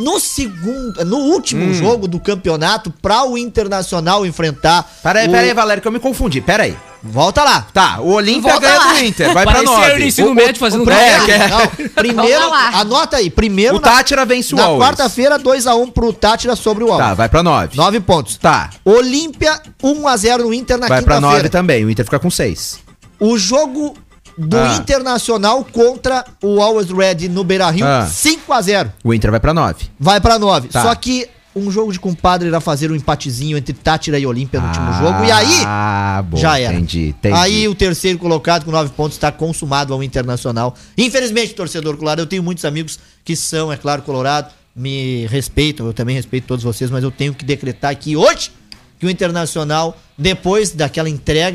No último jogo do campeonato, para o Internacional enfrentar... Peraí, Valério, que eu me confundi. Peraí. Volta lá. Tá, o Olímpia ganha do Inter, vai pra 9. O ensino médio fazendo primeiro, anota aí. Primeiro, o Táchira vence o Always. Na quarta-feira, 2-1 pro Táchira sobre o Always. Tá, vai pra 9. 9 pontos. Tá. Olímpia, 1-0 no Inter na quinta-feira. Vai pra 9 também, o Inter fica com 6. O jogo do Internacional contra o Always Red no Beira-Rio, 5-0. O Inter vai pra 9. Vai pra 9. Tá. Só que um jogo de compadre irá fazer um empatezinho entre Táchira e Olímpia no último jogo. E aí, já era. Entendi. Aí o terceiro colocado com 9 pontos está consumado ao Internacional. Infelizmente, torcedor colorado, eu tenho muitos amigos que são, é claro, colorado, me respeitam, eu também respeito todos vocês, mas eu tenho que decretar aqui hoje que o Internacional, depois daquela entrega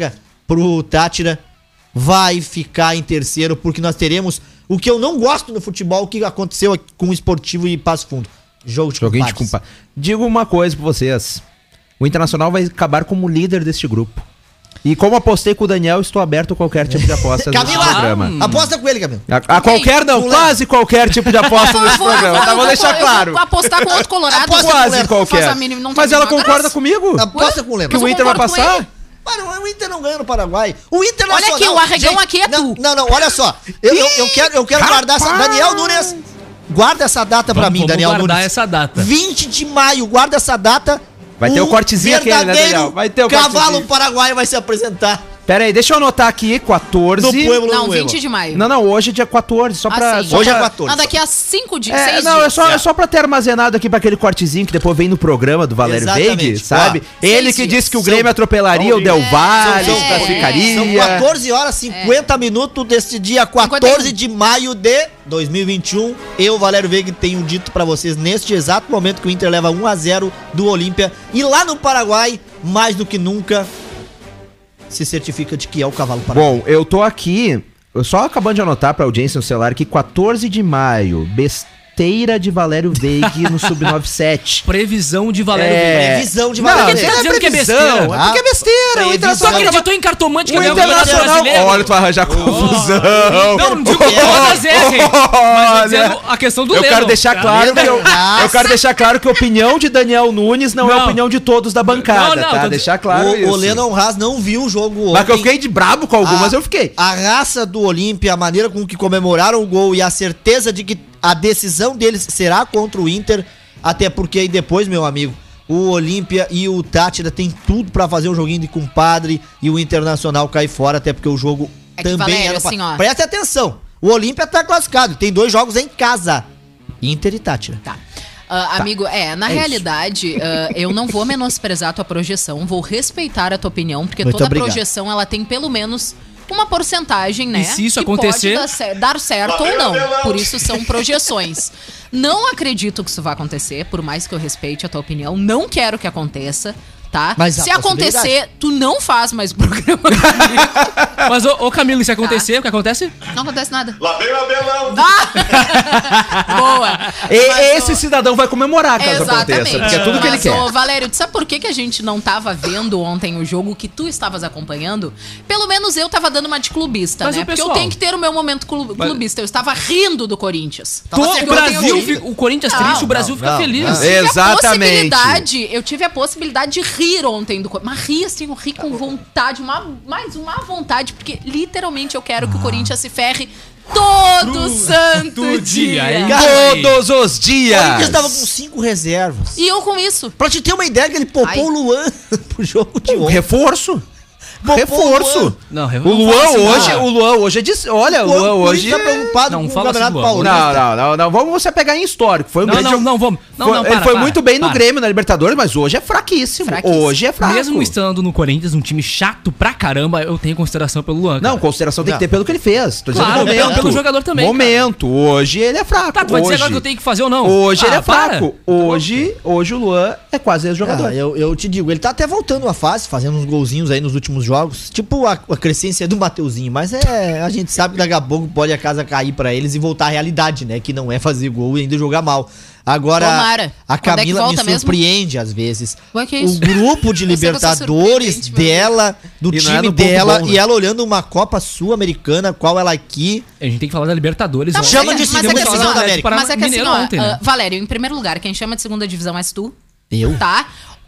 pro Tátira, vai ficar em terceiro, porque nós teremos o que eu não gosto no futebol, o que aconteceu com o Esportivo e Passo Fundo. Joguinho de compadres. Digo uma coisa pra vocês. O Internacional vai acabar como líder deste grupo. E como apostei com o Daniel, estou aberto a qualquer tipo de aposta nesse programa. Aposta com ele, Camila. A qualquer não, quase qualquer tipo de aposta nesse programa. Tá, vou deixar claro. Vou apostar com outro colorado. Quase qualquer. Mas ela concorda comigo? Aposta com o Leno. Que o Inter vai passar? Mano, o Inter não ganha no Paraguai. O Internacional... Olha aqui, o arregão aqui é tu. Não, olha só. Eu quero guardar essa... Daniel Nunes, guarda essa data pra mim, Daniel Nunes. Vamos guardar essa data. 20 de maio, guarda essa data. Vai ter o cortezinho aquele, né, Daniel? Vai ter o cavalo paraguaio vai se apresentar. Pera aí, deixa eu anotar aqui, 14... Não, 20 de maio. Não, hoje é dia 14, só pra... Hoje é 14. Não, daqui a 5 dias, 6 dias. Não, é só pra ter armazenado aqui pra aquele cortezinho que depois vem no programa do Valério Veig, sabe? Ele que disse que o Grêmio atropelaria o Del Valle, classificaria. São 14 horas 50 minutos desse dia 14 de maio de 2021. Eu, Valério Veig, tenho dito pra vocês neste exato momento que o Inter leva 1-0 do Olímpia. E lá no Paraguai, mais do que nunca... se certifica de que é o cavalo paraguaio. Bom, eu tô aqui, eu só acabando de anotar pra audiência no celular aqui, 14 de maio, besteira de Valério Veig no Sub-97. Previsão de Valério Veig. Previsão de Valério Veig. Tá dizendo que é besteira. É porque é besteira. O Internacional acreditou em cartomante que o Internacional... Olha, tu vai arranjar confusão. Não digo que todas errem. Mas dizendo a questão do Eu quero deixar claro que eu quero deixar claro que a opinião de Daniel Nunes não é a opinião de todos da bancada, tá? Deixar claro isso. O Lennon Haas não viu o jogo ontem. Mas que eu fiquei de brabo com algumas, eu fiquei. A raça do Olímpia, a maneira com que comemoraram o gol e a certeza de que a decisão deles será contra o Inter, até porque aí depois, meu amigo, o Olímpia e o Tátira tem tudo pra fazer um joguinho de compadre e o Internacional cai fora, até porque o jogo também Valério, era... assim, ó. Presta atenção, o Olímpia tá classificado, tem 2 jogos em casa, Inter e Tátira. Tá. Amigo, na realidade, eu não vou menosprezar a tua projeção, vou respeitar a tua opinião, porque Muito toda obrigado. projeção, ela tem pelo menos uma porcentagem, né? E se isso que acontecer... pode dar certo ou não. Por isso são projeções. Não acredito que isso vai acontecer, por mais que eu respeite a tua opinião. Não quero que aconteça, tá? Mas se acontecer, tu não faz mais programa. Mas, ô Camilo, se acontecer, o que acontece? Não acontece nada. Lá vem o Abelão. Boa. Esse cidadão vai comemorar caso aconteça, porque é tudo que ele quer. Ô, Valério, tu sabe por que a gente não tava vendo ontem o jogo que tu estavas acompanhando? Pelo menos eu tava dando uma de clubista, Mas né? o Porque eu pessoal- tenho que ter o meu momento clubista. Eu estava rindo do Corinthians. O Brasil, o Corinthians triste, o Brasil fica feliz. Eu tive a possibilidade de rir ontem do Corinthians. Mas ri assim, eu ri com vontade, mais uma vontade, porque literalmente eu quero que o Corinthians se ferre todo santo dia. Todos os dias. O Corinthians tava com 5 reservas. E eu com isso. Pra te ter uma ideia que ele poupou o Luan pro jogo de ontem. Reforço. Reforço. Não, O Luan hoje é de... Olha, o Luan hoje... tá preocupado Não, com o fala Campeonato assim, Luan. Paulista. Não. Vamos você pegar em histórico. Foi um grande jogo. Vamos. Ele foi muito bem no Grêmio, na Libertadores, mas hoje é fraquíssimo. Hoje é fraco. Mesmo estando no Corinthians, um time chato pra caramba, eu tenho consideração pelo Luan. Não, consideração tem que ter pelo que ele fez. Tô dizendo Claro, momento. pelo jogador também. Momento. Hoje ele é fraco. Tá, tu vai dizer agora que eu tenho que fazer ou não? Hoje ele é para. fraco. Hoje o Luan é quase ex-jogador. Eu te digo, ele tá até voltando a fase, fazendo uns golzinhos aí nos últimos jogos. Tipo a crescência do Mateuzinho. Mas a gente sabe que daqui a pouco pode a casa cair pra eles e voltar à realidade, né? Que não é fazer gol e ainda jogar mal. Agora, Tomara. a Quando é que Camila me volta surpreende às vezes. Ué, que O isso? grupo de Você Libertadores surpreende, dela, do E não é time no ponto dela, bom, e né? ela olhando uma Copa Sul-Americana, qual ela aqui. A gente tem que falar da Libertadores. Tá, né? Chama de mas segunda é que divisão assim, da ó, América. Mas é que assim, Mineiro ó, ontem, né? Valério, em primeiro lugar, quem chama de segunda divisão és tu. Eu? Tá?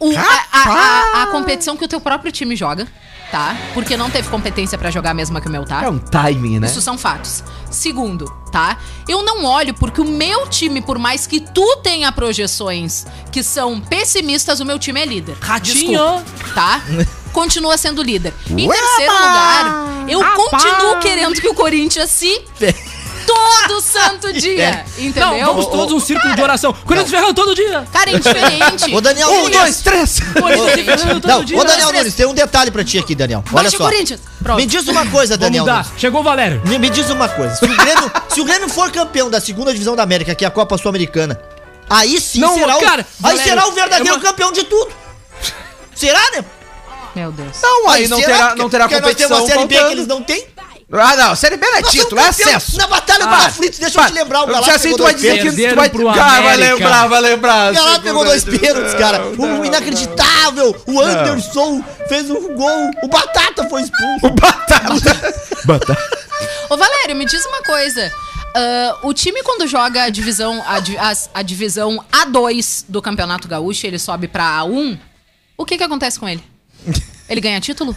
A competição que o teu próprio time joga, tá? Porque não teve competência pra jogar a mesma que o meu, tá? É um timing, né? Isso são fatos. Segundo, tá? Eu não olho porque o meu time, por mais que tu tenha projeções que são pessimistas, o meu time é líder. Ratinho! Desculpa, tá? Continua sendo líder. Em terceiro lugar, eu continuo querendo que o Corinthians se... todo santo dia, entendeu? Não, vamos todos um círculo de oração. Corinthians ferrando todo dia. Cara, é indiferente. Ô, Daniel Um, Nunes. dois, três. Corinthians ferrando todo Não, dia. ô Daniel Nunes, tem um detalhe pra ti aqui, Daniel. Olha Bate só. Corinthians. Pronto. Me diz uma coisa, Vamos Daniel mudar. Nunes. Chegou o Valério. Me diz uma coisa. Se o Grêmio for campeão da segunda divisão da América, que é a Copa Sul-Americana, aí sim Não, será cara, aí Valério, será o verdadeiro é uma- campeão de tudo. Será, né? Meu Deus. Não, aí não terá porque competição. nós temos a Série B contando. que eles não têm. Ah, não, Série B não é título, é acesso. Na Batalha para aflitos, deixa eu te lembrar, o Galatas assim, tu vai dizer que tu vai... pro vai lembrar. O Galatas pegou 2 pênaltis, cara. O inacreditável, o Anderson fez um gol, o Batata foi expulso. O Batata. Ô, Valério, me diz uma coisa. O time, quando joga a divisão A2 do Campeonato Gaúcho, ele sobe pra A1, o que acontece com ele? Ele ganha título?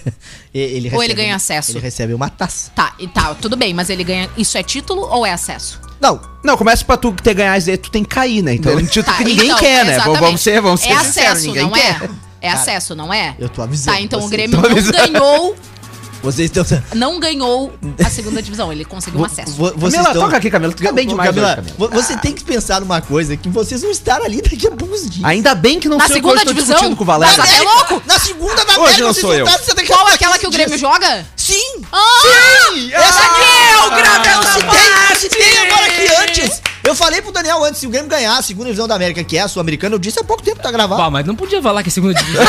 Ou ele ganha acesso? Ele recebe uma taça. Tá, tudo bem, mas ele ganha... Isso é título ou é acesso? Não, começa pra tu ter ganhar isso aí, tu tem que cair, né? Então, um título que ninguém quer, né? Vamos ser é acesso, sinceros, ninguém não quer. É acesso, não é? Eu tô avisando. Tá, então o Grêmio não ganhou... Vocês estão... Não ganhou a segunda divisão, ele conseguiu um acesso. Camila, toca aqui, Camila. Tu tá bem demais, Camila, Camila. você tem que pensar numa coisa, que vocês vão estar ali daqui a alguns dias. Ainda bem que não Na sou eu que segunda hoje tô divisão? discutindo com o Valério. Mas é louco? Na segunda da Hoje não sou eu. Qual é aquela que o Grêmio joga? Sim! Sim! Essa aqui é o Grêmio! Eu citei agora aqui antes! Eu falei pro Daniel antes, se o Grêmio ganhar a segunda divisão da América, que é a Sul-Americana, eu disse há pouco tempo, tá gravado. Pá, mas não podia falar que é segunda divisão.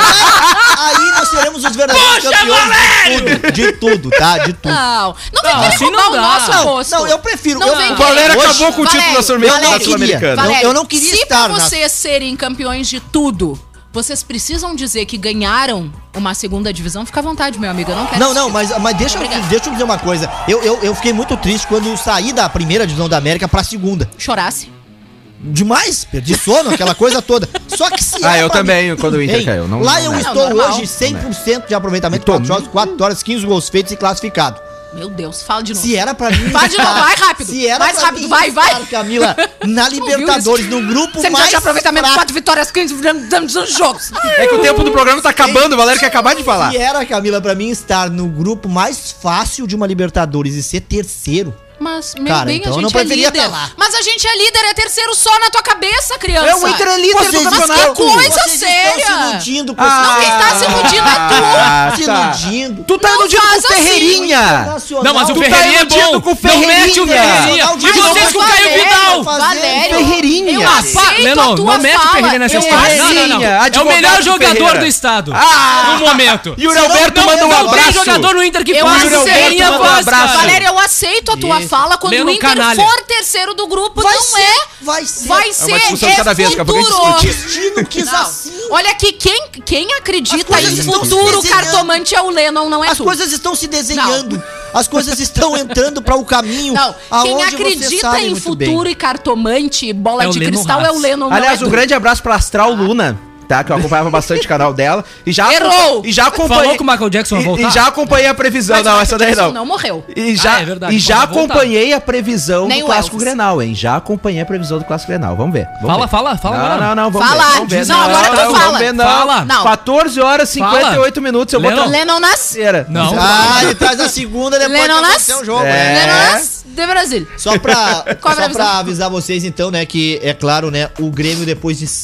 Aí nós seremos os verdadeiros campeões de tudo, tá? De tudo. Não vem assim roubar não o dá. nosso posto. Não, eu prefiro. Não vem O Valério querer. acabou com o título da Sul-Americana. Valério, Eu não queria se estar pra vocês serem campeões de tudo, vocês precisam dizer que ganharam uma segunda divisão, fica à vontade, meu amigo. Eu não quero. Não, mas deixa eu dizer uma coisa. Eu fiquei muito triste quando eu saí da primeira divisão da América pra segunda. Chorasse. Demais, perdi sono, aquela coisa toda. Só que se eu também, quando o Inter caiu. Lá eu estou normal. hoje 100% de aproveitamento, 4 jogos, 4 vitórias, 15 gols feitos e classificado. Meu Deus, fala de novo. Se era pra mim... Vai de novo, vai rápido. Se era mais pra rápido, mim vai. estar, Camila, na Libertadores, no grupo Sempre mais de aproveitamento, fraco. 4 vitórias, 15 jogos. É que o tempo do programa tá acabando, o Valério quer acabar de falar. Se era, Camila, pra mim estar no grupo mais fácil de uma Libertadores e ser terceiro... Mas, meu Cara, bem, então a eu não gente é preferia líder. tá lá. Mas a gente é líder, é terceiro só na tua cabeça, criança. É o Inter é líder do Mas campeonato. que coisa Vocês séria. estão se iludindo com Não, quem tá se iludindo é tu. Se iludindo. Tu tá Não iludindo faz com o assim. Ferreirinha. Não, mas o Tu tá Ferreirinha é iludido bom. com o Não mete o Ferreirinha. Ferreirinha. E vocês com o Caio Vidal. Valério, Ferreirinha. eu aceito Lennon, a tua não mete o fala. Ferreirinha nessa Eu história. aceito. Não. É o Advogado melhor do jogador Ferreira. do estado. Ah! No momento. Yuri Alberto manda um Não tem abraço. jogador no Inter que Eu faz o aceito. Ferreirinha manda um faz, abraço. cara. Valério, eu aceito a tua fala quando Lennon o Inter canalha. for terceiro do grupo, Vai não ser, é. vai ser. Vai É ser, uma discussão de cada vez, daqui a pouco a gente futuro. discute. O destino quis Não. assim. Olha aqui, quem acredita As coisas em estão se futuro desenhando. cartomante é o Lennon, não é As tu. coisas estão se desenhando. As coisas estão entrando para o caminho. Não, quem aonde você acredita sabe em muito futuro bem. e cartomante, bola É o de Lennon cristal Haas. é o Lennon, não Aliás, é um tu. grande abraço pra Astral Luna, tá? Que eu acompanhava bastante o canal dela. E já Errou! E já acompanhei. Falou que o Michael Jackson vai voltar? E já acompanhei a previsão. Mas Não, o essa Michael daí Jackson não. não morreu. E já, é verdade, e já pode voltar. acompanhei a previsão Nem do o Clássico Elvis. Grenal, hein? Já acompanhei a previsão do Clássico Grenal. Vamos ver. Fala agora. Não, vamos Fala, ver. Vamos ver. diz, não, agora tu fala. Vamos ver, não. Fala. Não. 14 horas e 58 minutos. Eu vou Lennon. Lennon nas... Não. Ele traz a segunda depois Lennon que nas... acontecer o jogo. É. Lennon nas de Brasil. Só pra Qual a previsão? avisar vocês, então, né, que é claro, né, o Grêmio, depois de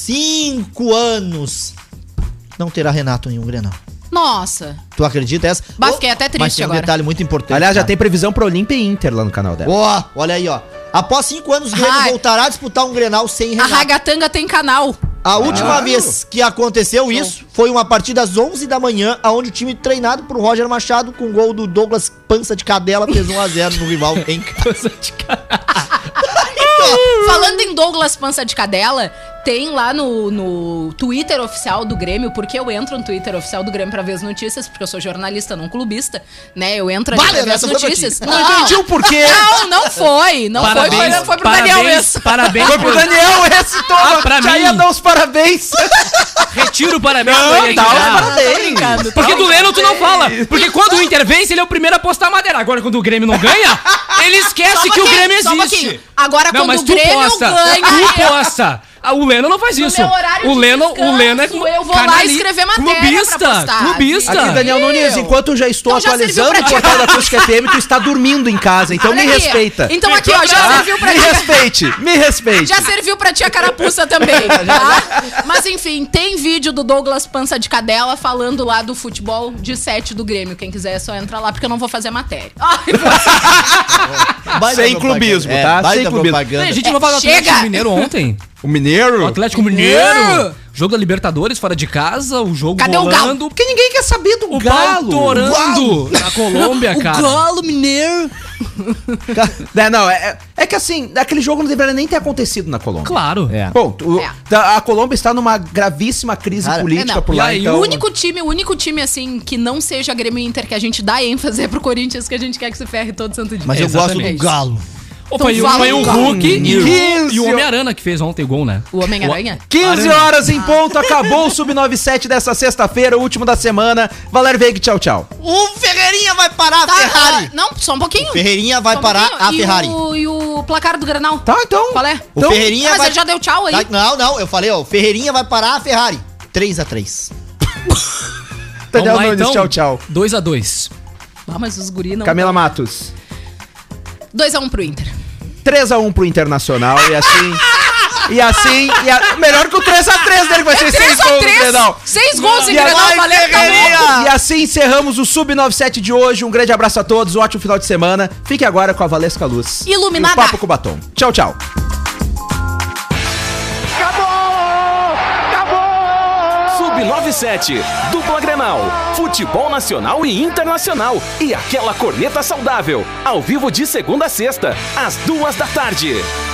5 anos, não terá Renato em um Grenal. Nossa. Tu acredita essa? Bah, fiquei até triste Mas tem um agora. detalhe muito importante. Aliás, já tá? tem previsão pro Olímpia e Inter lá no canal dela. Ó, olha aí, ó. Após 5 anos, o Grêmio Ai. voltará a disputar um Grenal sem A Renato. Ragatanga tem canal. A última vez que aconteceu isso foi uma partida às 11 da manhã, onde o time treinado por Roger Machado, com gol do Douglas Pança de Cadela, fez 1-0 no rival em casa. Falando em Douglas Pança de Cadela, tem lá no Twitter oficial do Grêmio, porque eu entro no Twitter oficial do Grêmio pra ver as notícias, porque eu sou jornalista, não clubista, né? Eu entro ali pra ver as notícias. Não entendi o porquê. Não foi. Não foi pro Daniel esse. Parabéns. Foi pro Daniel esse, toma. pra Já mim. ia dar os parabéns. Retiro o parabéns. Não, pra ele dá os já. parabéns. Porque do Lennon tu não fala. Porque quando o Inter vence, ele é o primeiro a postar a madeira. Agora, quando o Grêmio não ganha, ele esquece que o Grêmio Só um existe. pouquinho. Agora, Não, quando mas o tu Grêmio posta. ganha... Tu posta. O Lennon não faz isso. meu horário O de Lennon é descanso, eu vou lá escrever matéria pra postar. Clubista. Aqui, Daniel Nunes, enquanto eu já estou Então já atualizando serviu o pra portal da Acústica FM, tu está dormindo em casa, então Olha me aqui. respeita. Então aqui, ó, já serviu pra Me ti. respeite, me respeite. Já serviu pra tia Carapuça também, tá? Mas enfim, tem vídeo do Douglas Pança de Cadela falando lá do futebol de 7 do Grêmio. Quem quiser é só entrar lá, porque eu não vou fazer matéria. Sem clubismo, tá? Sem clubismo. A gente não vai falar do Chega. Atlético Mineiro ontem. O Mineiro? O Atlético Mineiro Jogo da Libertadores fora de casa, o jogo Cadê o Galo? rolando. Porque ninguém quer saber do O Galo. Galo torando na Colômbia, cara. O Galo Mineiro. É que assim, aquele jogo não deveria nem ter acontecido na Colômbia. Claro. Ponto. A Colômbia está numa gravíssima crise política por lá, então... O único time, assim, que não seja Grêmio e Inter, que a gente dá ênfase é pro Corinthians, que a gente quer que se ferre todo santo dia. Mas eu gosto do Galo. Foi o Hulk e o Homem-Aranha que fez ontem gol, né? O Homem-Aranha? 15 horas em ponto, acabou o Sub-97 dessa sexta-feira, o último da semana. Valério Veiga, tchau, tau. O Ferreirinha vai parar a Ferrari. Não, só um pouquinho. O Ferreirinha vai parar a Ferrari. E o placar do Granal? Tá, então. Qual é? O Ferreirinha mas ele já deu tchau aí. Não, eu falei, ó, o Ferreirinha vai parar a Ferrari. 3-3. Daniel Nunes, tchau. 2-2. Ah, mas os guri não... Camila Matos. 2-1 pro Inter. 3-1 pro Internacional melhor que o 3-3 dele, que vai ser 6 gols no Grenal. 6 gols em Grenal, Valério, tá louco. E assim encerramos o Sub-97 de hoje. Um grande abraço a todos, um ótimo final de semana. Fique agora com a Valesca Luz. Iluminada. E o Papo com o Batom. Tchau, tchau. Sub-97, dupla Grenal, futebol nacional e internacional e aquela corneta saudável, ao vivo de segunda a sexta, às 2 da tarde.